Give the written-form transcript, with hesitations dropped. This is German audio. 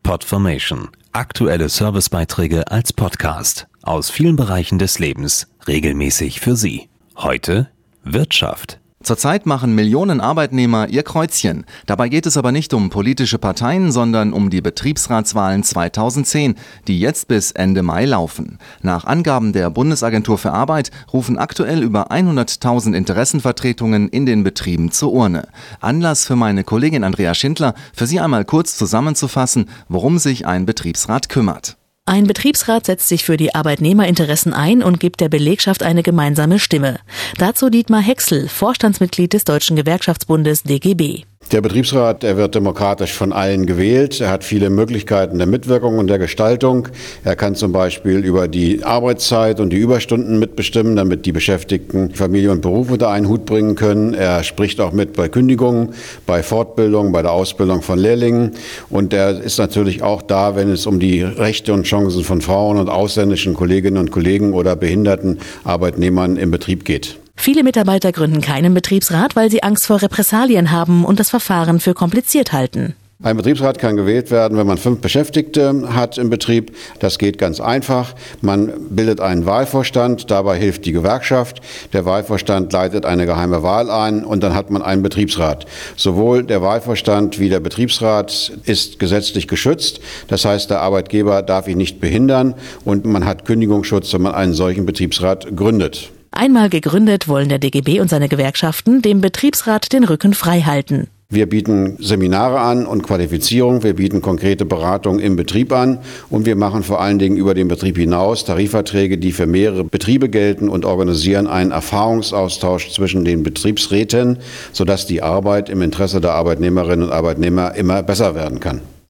Podformation. Aktuelle Servicebeiträge als Podcast aus vielen Bereichen des Lebens, regelmäßig für Sie. Heute Wirtschaft. Zurzeit machen Millionen Arbeitnehmer ihr Kreuzchen. Dabei geht es aber nicht um politische Parteien, sondern um die Betriebsratswahlen 2010, die jetzt bis Ende Mai laufen. Nach Angaben der Bundesagentur für Arbeit rufen aktuell über 100.000 Interessenvertretungen in den Betrieben zur Urne. Anlass für meine Kollegin Andrea Schindler, für Sie einmal kurz zusammenzufassen, worum sich ein Betriebsrat kümmert. Ein Betriebsrat setzt sich für die Arbeitnehmerinteressen ein und gibt der Belegschaft eine gemeinsame Stimme. Dazu Dietmar Hexel, Vorstandsmitglied des Deutschen Gewerkschaftsbundes DGB. Der Betriebsrat, er wird demokratisch von allen gewählt. Er hat viele Möglichkeiten der Mitwirkung und der Gestaltung. Er kann zum Beispiel über die Arbeitszeit und die Überstunden mitbestimmen, damit die Beschäftigten Familie und Beruf unter einen Hut bringen können. Er spricht auch mit bei Kündigungen, bei Fortbildung, bei der Ausbildung von Lehrlingen. Und er ist natürlich auch da, wenn es um die Rechte und Chancen von Frauen und ausländischen Kolleginnen und Kollegen oder behinderten Arbeitnehmern im Betrieb geht. Viele Mitarbeiter gründen keinen Betriebsrat, weil sie Angst vor Repressalien haben und das Verfahren für kompliziert halten. Ein Betriebsrat kann gewählt werden, wenn man 5 Beschäftigte hat im Betrieb. Das geht ganz einfach. Man bildet einen Wahlvorstand, dabei hilft die Gewerkschaft. Der Wahlvorstand leitet eine geheime Wahl ein und dann hat man einen Betriebsrat. Sowohl der Wahlvorstand wie der Betriebsrat ist gesetzlich geschützt. Das heißt, der Arbeitgeber darf ihn nicht behindern und man hat Kündigungsschutz, wenn man einen solchen Betriebsrat gründet. Einmal gegründet, wollen der DGB und seine Gewerkschaften dem Betriebsrat den Rücken frei halten. Wir bieten Seminare an und Qualifizierung, wir bieten konkrete Beratung im Betrieb an und wir machen vor allen Dingen über den Betrieb hinaus Tarifverträge, die für mehrere Betriebe gelten und organisieren einen Erfahrungsaustausch zwischen den Betriebsräten, sodass die Arbeit im Interesse der Arbeitnehmerinnen und Arbeitnehmer immer besser werden kann.